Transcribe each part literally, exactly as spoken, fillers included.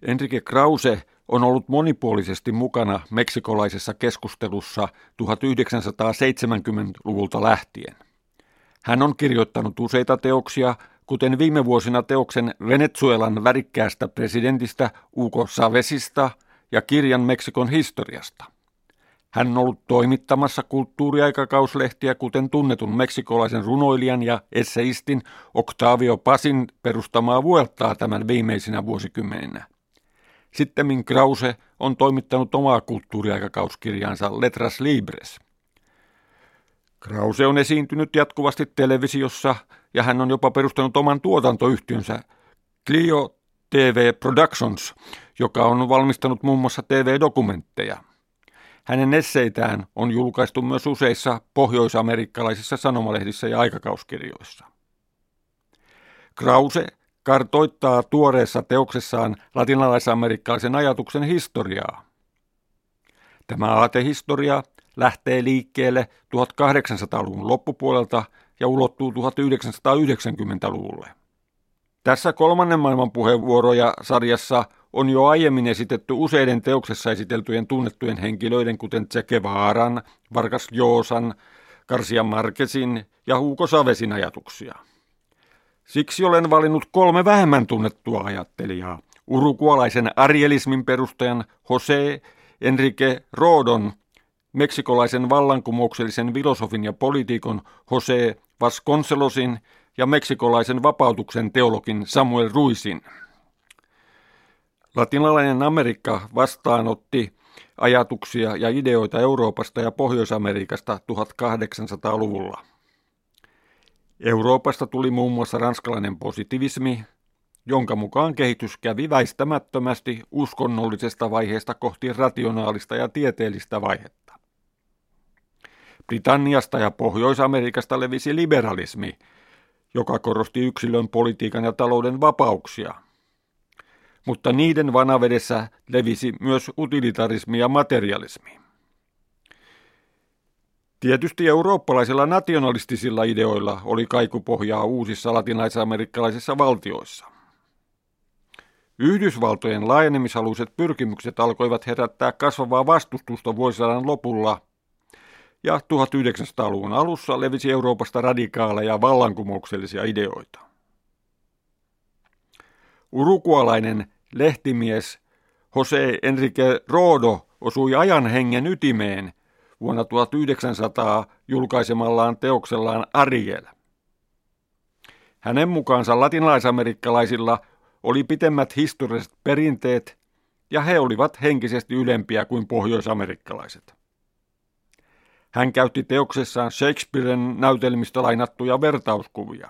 Enrique Krause on ollut monipuolisesti mukana meksikolaisessa keskustelussa tuhatyhdeksänsataaseitsemänkymmentäluvulta lähtien. Hän on kirjoittanut useita teoksia, kuten viime vuosina teoksen Venezuelan värikkäästä presidentistä Hugo Chávezista ja kirjan Meksikon historiasta. Hän on ollut toimittamassa kulttuuriaikakauslehtiä, kuten tunnetun meksikolaisen runoilijan ja esseistin Octavio Pazin perustamaa Vueltaa tämän viimeisinä vuosikymmeninä. Sittemmin Krause on toimittanut omaa kulttuuriaikakauskirjaansa Letras Libres. Krause on esiintynyt jatkuvasti televisiossa ja hän on jopa perustanut oman tuotantoyhtiönsä Clio T V Productions, joka on valmistanut muun muassa T V-dokumentteja. Hänen esseitään on julkaistu myös useissa pohjoisamerikkalaisissa sanomalehdissä ja aikakauskirjoissa. Krause kartoittaa tuoreessa teoksessaan latinalaisamerikkalaisen ajatuksen historiaa. Tämä aatehistoria lähtee liikkeelle tuhatkahdeksansataaluvun loppupuolelta ja ulottuu tuhatyhdeksänsataayhdeksänkymmentäluvulle. Tässä kolmannen maailman puheenvuoroja sarjassa on jo aiemmin esitetty useiden teoksessa esiteltyjen tunnettujen henkilöiden, kuten Che Guevaran, Vargas Llosan, Garcia Marquezin ja Hugo Chávezin ajatuksia. Siksi olen valinnut kolme vähemmän tunnettua ajattelijaa. Urugualaisen arielismin perustajan José Enrique Rodon, meksikolaisen vallankumouksellisen filosofin ja poliitikon José Vasconcelosin ja meksikolaisen vapautuksen teologin Samuel Ruizin. Latinalainen Amerikka vastaanotti ajatuksia ja ideoita Euroopasta ja Pohjois-Amerikasta tuhatkahdeksansataaluvulla. Euroopasta tuli muun muassa ranskalainen positivismi, jonka mukaan kehitys kävi väistämättömästi uskonnollisesta vaiheesta kohti rationaalista ja tieteellistä vaihetta. Britanniasta ja Pohjois-Amerikasta levisi liberalismi, joka korosti yksilön politiikan ja talouden vapauksia. Mutta niiden vanavedessä levisi myös utilitarismi ja materialismi. Tietysti eurooppalaisilla nationalistisilla ideoilla oli kaikupohjaa uusissa latinalaisamerikkalaisissa valtioissa. Yhdysvaltojen laajenemishaluiset pyrkimykset alkoivat herättää kasvavaa vastustusta vuosisadan lopulla, ja tuhatyhdeksänsataaluvun alussa levisi Euroopasta radikaaleja vallankumouksellisia ideoita. Urugualainen lehtimies José Enrique Rodo osui ajan hengen ytimeen vuonna tuhatyhdeksänsataa julkaisemallaan teoksellaan Ariel. Hänen mukaansa latinalaisamerikkalaisilla oli pitemmät historialliset perinteet ja he olivat henkisesti ylempiä kuin pohjoisamerikkalaiset. Hän käytti teoksessaan Shakespearen näytelmistä lainattuja vertauskuvia.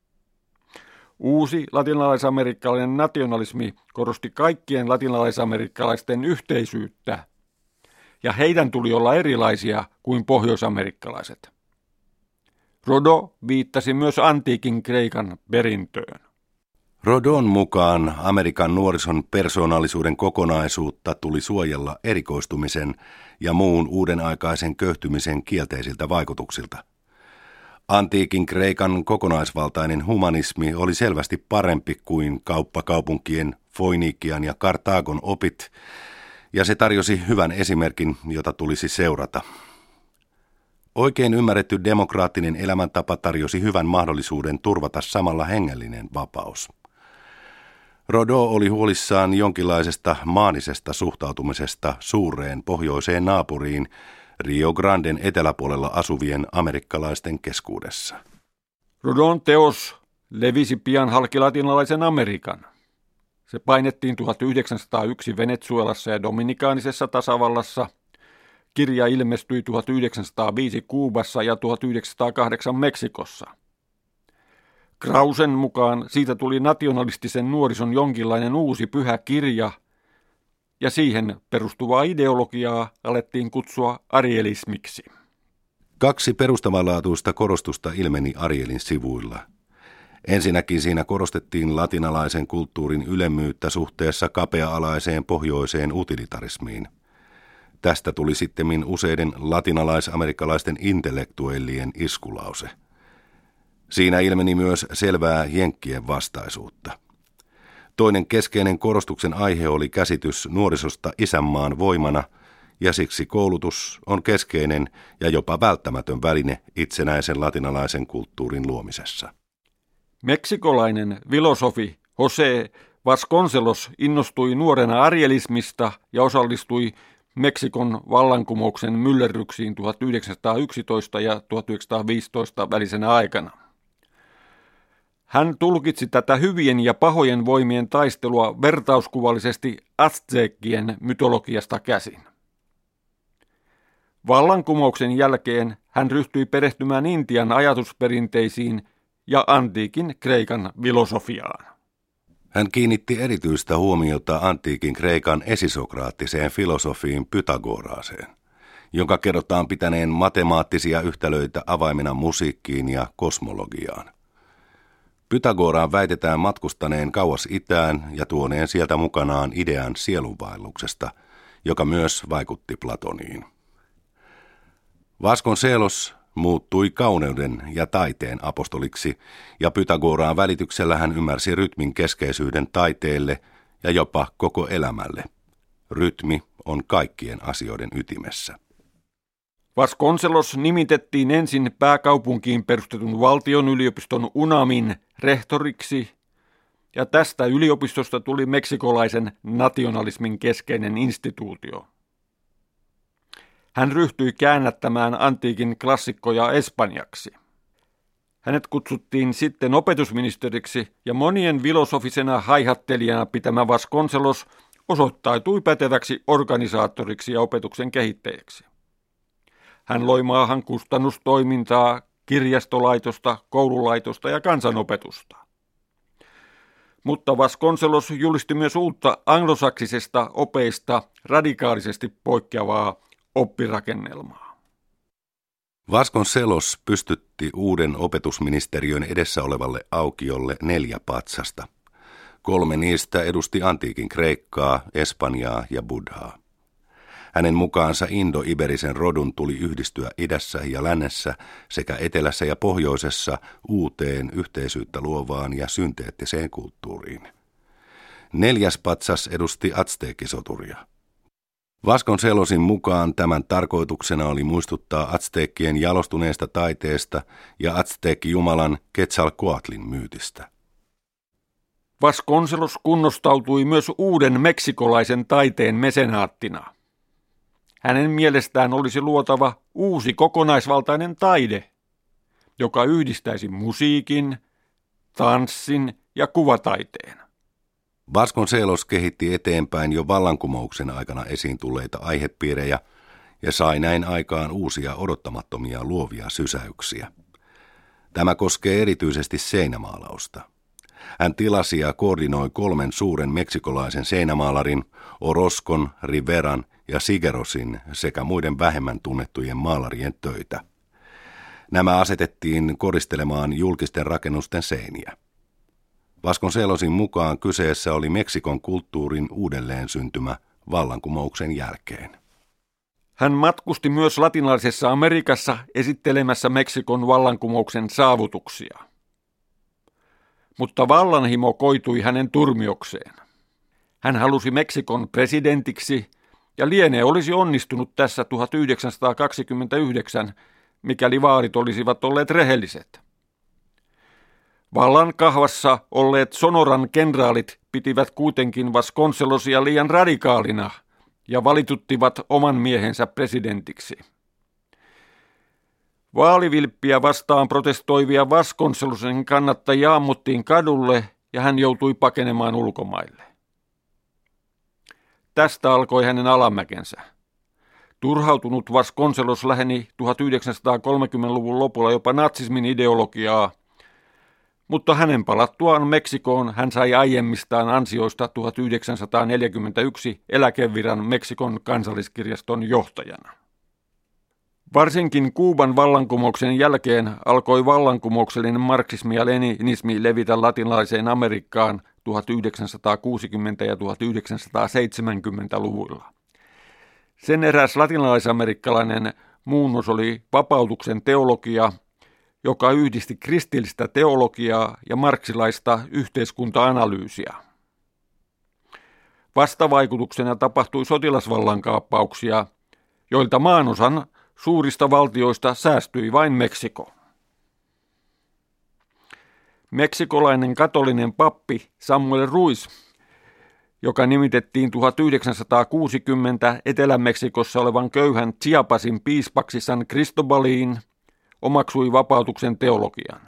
Uusi latinalaisamerikkalainen nationalismi korosti kaikkien latinalaisamerikkalaisten yhteisyyttä, ja heidän tuli olla erilaisia kuin pohjoisamerikkalaiset. Rodó viittasi myös antiikin Kreikan perintöön. Rodon mukaan Amerikan nuorison persoonallisuuden kokonaisuutta tuli suojella erikoistumisen ja muun uudenaikaisen köyhtymisen kielteisiltä vaikutuksilta. Antiikin Kreikan kokonaisvaltainen humanismi oli selvästi parempi kuin kauppakaupunkien Foinikian ja Kartaagon opit, ja se tarjosi hyvän esimerkin, jota tulisi seurata. Oikein ymmärretty demokraattinen elämäntapa tarjosi hyvän mahdollisuuden turvata samalla hengellinen vapaus. Rodó oli huolissaan jonkinlaisesta maanisesta suhtautumisesta suureen pohjoiseen naapuriin Rio Granden eteläpuolella asuvien amerikkalaisten keskuudessa. Rodón teos levisi pian halki latinalaisen Amerikan. Se painettiin tuhatyhdeksänsataayksi Venezuelassa ja Dominikaanisessa tasavallassa. Kirja ilmestyi tuhatyhdeksänsataaviisi Kuubassa ja tuhatyhdeksänsataakahdeksan Meksikossa. Krausen mukaan siitä tuli nationalistisen nuorison jonkinlainen uusi pyhä kirja, ja siihen perustuvaa ideologiaa alettiin kutsua arielismiksi. Kaksi perustavanlaatuista korostusta ilmeni Arielin sivuilla. Ensinnäkin siinä korostettiin latinalaisen kulttuurin ylemmyyttä suhteessa kapea-alaiseen pohjoiseen utilitarismiin. Tästä tuli sittemmin useiden latinalaisamerikkalaisten intellektuellien iskulause. Siinä ilmeni myös selvää jenkkien vastaisuutta. Toinen keskeinen korostuksen aihe oli käsitys nuorisosta isänmaan voimana, ja siksi koulutus on keskeinen ja jopa välttämätön väline itsenäisen latinalaisen kulttuurin luomisessa. Meksikolainen filosofi José Vasconcelos innostui nuorena arielismista ja osallistui Meksikon vallankumouksen myllerryksiin tuhatyhdeksänsataayksitoista ja tuhatyhdeksänsataaviisitoista välisenä aikana. Hän tulkitsi tätä hyvien ja pahojen voimien taistelua vertauskuvallisesti azteekkien mytologiasta käsin. Vallankumouksen jälkeen hän ryhtyi perehtymään Intian ajatusperinteisiin ja antiikin Kreikan filosofiaan. Hän kiinnitti erityistä huomiota antiikin Kreikan esisokraattiseen filosofiin Pythagoraaseen, jonka kerrotaan pitäneen matemaattisia yhtälöitä avaimena musiikkiin ja kosmologiaan. Pythagoraan väitetään matkustaneen kauas itään ja tuoneen sieltä mukanaan idean sielunvaelluksesta, joka myös vaikutti Platoniin. Vasconcelos muuttui kauneuden ja taiteen apostoliksi, ja Pythagoraan välityksellä hän ymmärsi rytmin keskeisyyden taiteelle ja jopa koko elämälle. Rytmi on kaikkien asioiden ytimessä. Vasconcelos nimitettiin ensin pääkaupunkiin perustetun valtion yliopiston UNAMin rehtoriksi, ja tästä yliopistosta tuli meksikolaisen nationalismin keskeinen instituutio. Hän ryhtyi käännättämään antiikin klassikkoja espanjaksi. Hänet kutsuttiin sitten opetusministeriksi, ja monien filosofisena haihattelijana pitämä Vasconcelos osoittautui päteväksi organisaattoriksi ja opetuksen kehittäjäksi. Hän loi maahan kustannustoimintaa, kirjastolaitosta, koululaitosta ja kansanopetusta. Mutta Vasconcelos julisti myös uutta anglosaksisesta opeista radikaalisesti poikkeavaa oppirakennelmaa. Vasconcelos pystytti uuden opetusministeriön edessä olevalle aukiolle neljä patsasta. Kolme niistä edusti antiikin Kreikkaa, Espanjaa ja Buddhaa. Hänen mukaansa indo-iberisen rodun tuli yhdistyä idässä ja lännessä sekä etelässä ja pohjoisessa uuteen yhteisyyttä luovaan ja synteettiseen kulttuuriin. Neljäs patsas edusti azteekkisoturia. Vasconcelosin mukaan tämän tarkoituksena oli muistuttaa azteekkien jalostuneesta taiteesta ja azteekkijumalan Quetzalcoatlin myytistä. Vasconcelos kunnostautui myös uuden meksikolaisen taiteen mesenaattina. Hänen mielestään olisi luotava uusi kokonaisvaltainen taide, joka yhdistäisi musiikin, tanssin ja kuvataiteen. Vasconcelos kehitti eteenpäin jo vallankumouksen aikana esiin tulleita aihepiirejä ja sai näin aikaan uusia odottamattomia luovia sysäyksiä. Tämä koskee erityisesti seinämaalausta. Hän tilasi ja koordinoi kolmen suuren meksikolaisen seinämaalarin, Orozcon, Riveran ja Siguerosin sekä muiden vähemmän tunnettujen maalarien töitä. Nämä asetettiin koristelemaan julkisten rakennusten seiniä. Vasconcelosin mukaan kyseessä oli Meksikon kulttuurin uudelleen syntymä vallankumouksen jälkeen. Hän matkusti myös latinalaisessa Amerikassa esittelemässä Meksikon vallankumouksen saavutuksia. Mutta vallanhimo koitui hänen turmiokseen. Hän halusi Meksikon presidentiksi ja liene olisi onnistunut tässä tuhatyhdeksänsataakaksikymmentäyhdeksän, mikäli vaalit olisivat olleet rehelliset. Vallan kahvassa olleet Sonoran kenraalit pitivät kuitenkin Vasconcelosia liian radikaalina ja valituttivat oman miehensä presidentiksi. Vaalivilppiä vastaan protestoivia Vasconcelosin kannattajia ammuttiin kadulle ja hän joutui pakenemaan ulkomaille. Tästä alkoi hänen alamäkensä. Turhautunut Vasconcelos läheni tuhatyhdeksänsataakolmekymmentäluvun lopulla jopa natsismin ideologiaa, mutta hänen palattuaan Meksikoon hän sai aiemmistaan ansioista tuhatyhdeksänsataaneljäkymmentäyksi eläkeviran Meksikon kansalliskirjaston johtajana. Varsinkin Kuuban vallankumouksen jälkeen alkoi vallankumouksellinen marksismi ja leninismi levitä latinalaiseen Amerikkaan tuhatyhdeksänsataakuusikymmentä- ja tuhatyhdeksänsataaseitsemänkymmentäluvuilla. Sen eräs latinalaisamerikkalainen muunnos oli vapautuksen teologia, joka yhdisti kristillistä teologiaa ja marksilaista yhteiskunta-analyysiä. Vastavaikutuksena tapahtui sotilasvallankaappauksia, joilta maanosan suurista valtioista säästyi vain Meksiko. Meksikolainen katolinen pappi Samuel Ruiz, joka nimitettiin tuhatyhdeksänsataakuusikymmentä Etelä-Meksikossa olevan köyhän Chiapasin piispaksi San Cristobaliin, omaksui vapautuksen teologian.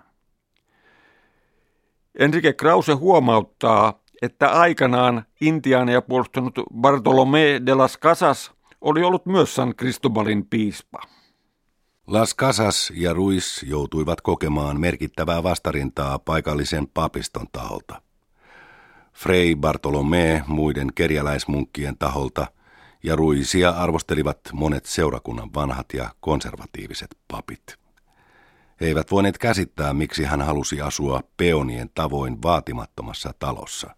Enrique Krause huomauttaa, että aikanaan intiaaneja puolustanut Bartolomé de las Casas oli ollut myös San Cristobalin piispa. Las Casas ja Ruiz joutuivat kokemaan merkittävää vastarintaa paikallisen papiston taholta. Fray Bartolomé muiden kerjäläismunkkien taholta ja Ruizia arvostelivat monet seurakunnan vanhat ja konservatiiviset papit. He eivät voineet käsittää, miksi hän halusi asua peonien tavoin vaatimattomassa talossa.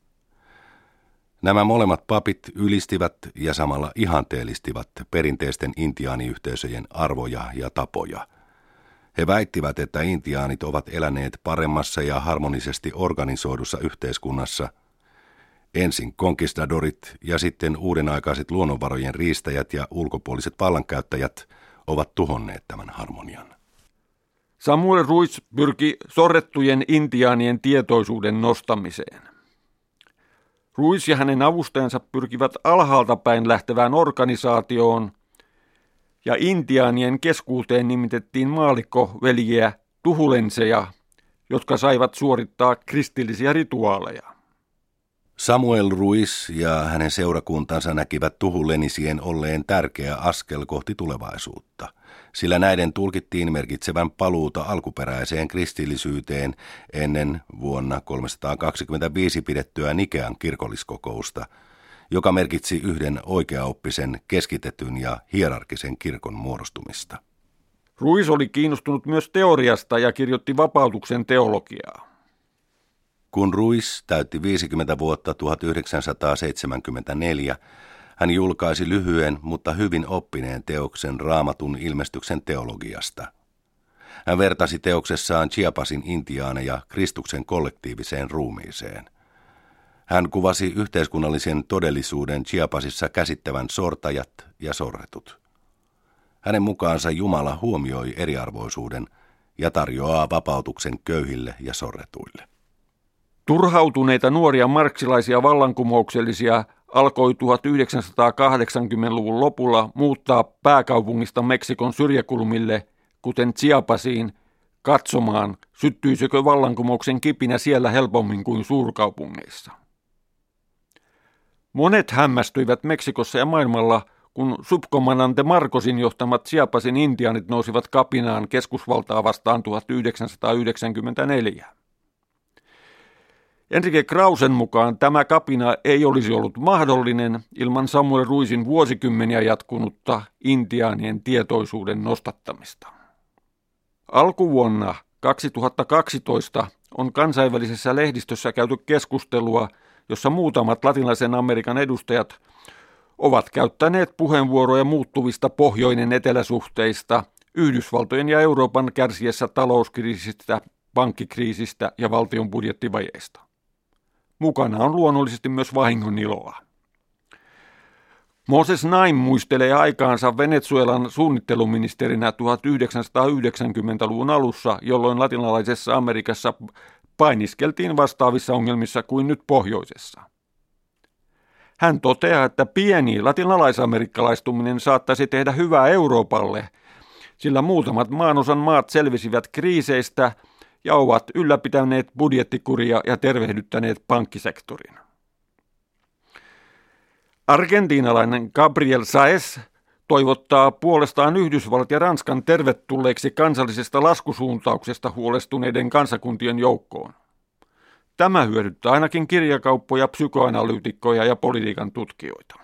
Nämä molemmat papit ylistivät ja samalla ihanteellistivat perinteisten intiaaniyhteisöjen arvoja ja tapoja. He väittivät, että intiaanit ovat eläneet paremmassa ja harmonisesti organisoidussa yhteiskunnassa. Ensin konkistadorit ja sitten uudenaikaiset luonnonvarojen riistäjät ja ulkopuoliset vallankäyttäjät ovat tuhonneet tämän harmonian. Samuel Ruiz pyrki sorrettujen intiaanien tietoisuuden nostamiseen. Ruiz ja hänen avustajansa pyrkivät alhaalta päin lähtevään organisaatioon, ja intiaanien keskuuteen nimitettiin maallikkoveljiä tuhulenseja, jotka saivat suorittaa kristillisiä rituaaleja. Samuel Ruiz ja hänen seurakuntansa näkivät tuhulenisien olleen tärkeä askel kohti tulevaisuutta, sillä näiden tulkittiin merkitsevän paluuta alkuperäiseen kristillisyyteen ennen vuonna kolmesataakaksikymmentäviisi pidettyä Nikean kirkolliskokousta, joka merkitsi yhden oikeaoppisen, keskitetyn ja hierarkisen kirkon muodostumista. Ruiz oli kiinnostunut myös teoriasta ja kirjoitti vapautuksen teologiaa. Kun Ruiz täytti viisikymmentä vuotta tuhatyhdeksänsataaseitsemänkymmentäneljä, hän julkaisi lyhyen, mutta hyvin oppineen teoksen Raamatun ilmestyksen teologiasta. Hän vertasi teoksessaan Chiapasin intiaaneja Kristuksen kollektiiviseen ruumiiseen. Hän kuvasi yhteiskunnallisen todellisuuden Chiapasissa käsittävän sortajat ja sorretut. Hänen mukaansa Jumala huomioi eriarvoisuuden ja tarjoaa vapautuksen köyhille ja sorretuille. Turhautuneita nuoria marksilaisia vallankumouksellisia alkoi tuhatyhdeksänsataakahdeksankymmentäluvun lopulla muuttaa pääkaupungista Meksikon syrjäkulmille, kuten Chiapasiin, katsomaan, syttyisikö vallankumouksen kipinä siellä helpommin kuin suurkaupungeissa. Monet hämmästyivät Meksikossa ja maailmalla, kun subkomandante Marcosin johtamat Chiapasin intiaanit nousivat kapinaan keskusvaltaa vastaan tuhatyhdeksänsataayhdeksänkymmentäneljä. Enrique Krausen mukaan tämä kapina ei olisi ollut mahdollinen ilman Samuel Ruizin vuosikymmeniä jatkunutta intiaanien tietoisuuden nostattamista. Alkuvuonna kaksituhattakaksitoista on kansainvälisessä lehdistössä käyty keskustelua, jossa muutamat latinalaisen Amerikan edustajat ovat käyttäneet puheenvuoroja muuttuvista pohjoinen-eteläsuhteista, Yhdysvaltojen ja Euroopan kärsiessä talouskriisistä, pankkikriisistä ja valtion budjettivajeista. Mukana on luonnollisesti myös vahingon iloa. Moses Naim muistelee aikaansa Venezuelan suunnitteluministerinä tuhatyhdeksänsataayhdeksänkymmentäluvun alussa, jolloin latinalaisessa Amerikassa painiskeltiin vastaavissa ongelmissa kuin nyt pohjoisessa. Hän toteaa, että pieni latinalaisamerikkalaistuminen saattaisi tehdä hyvää Euroopalle, sillä muutamat maanosan maat selvisivät kriiseistä ja ovat ylläpitäneet budjettikuria ja tervehdyttäneet pankkisektorin. Argentiinalainen Gabriel Saez toivottaa puolestaan Yhdysvallat ja Ranskan tervetulleeksi kansallisesta laskusuuntauksesta huolestuneiden kansakuntien joukkoon. Tämä hyödyttää ainakin kirjakauppoja, psykoanalyytikkoja ja politiikan tutkijoita.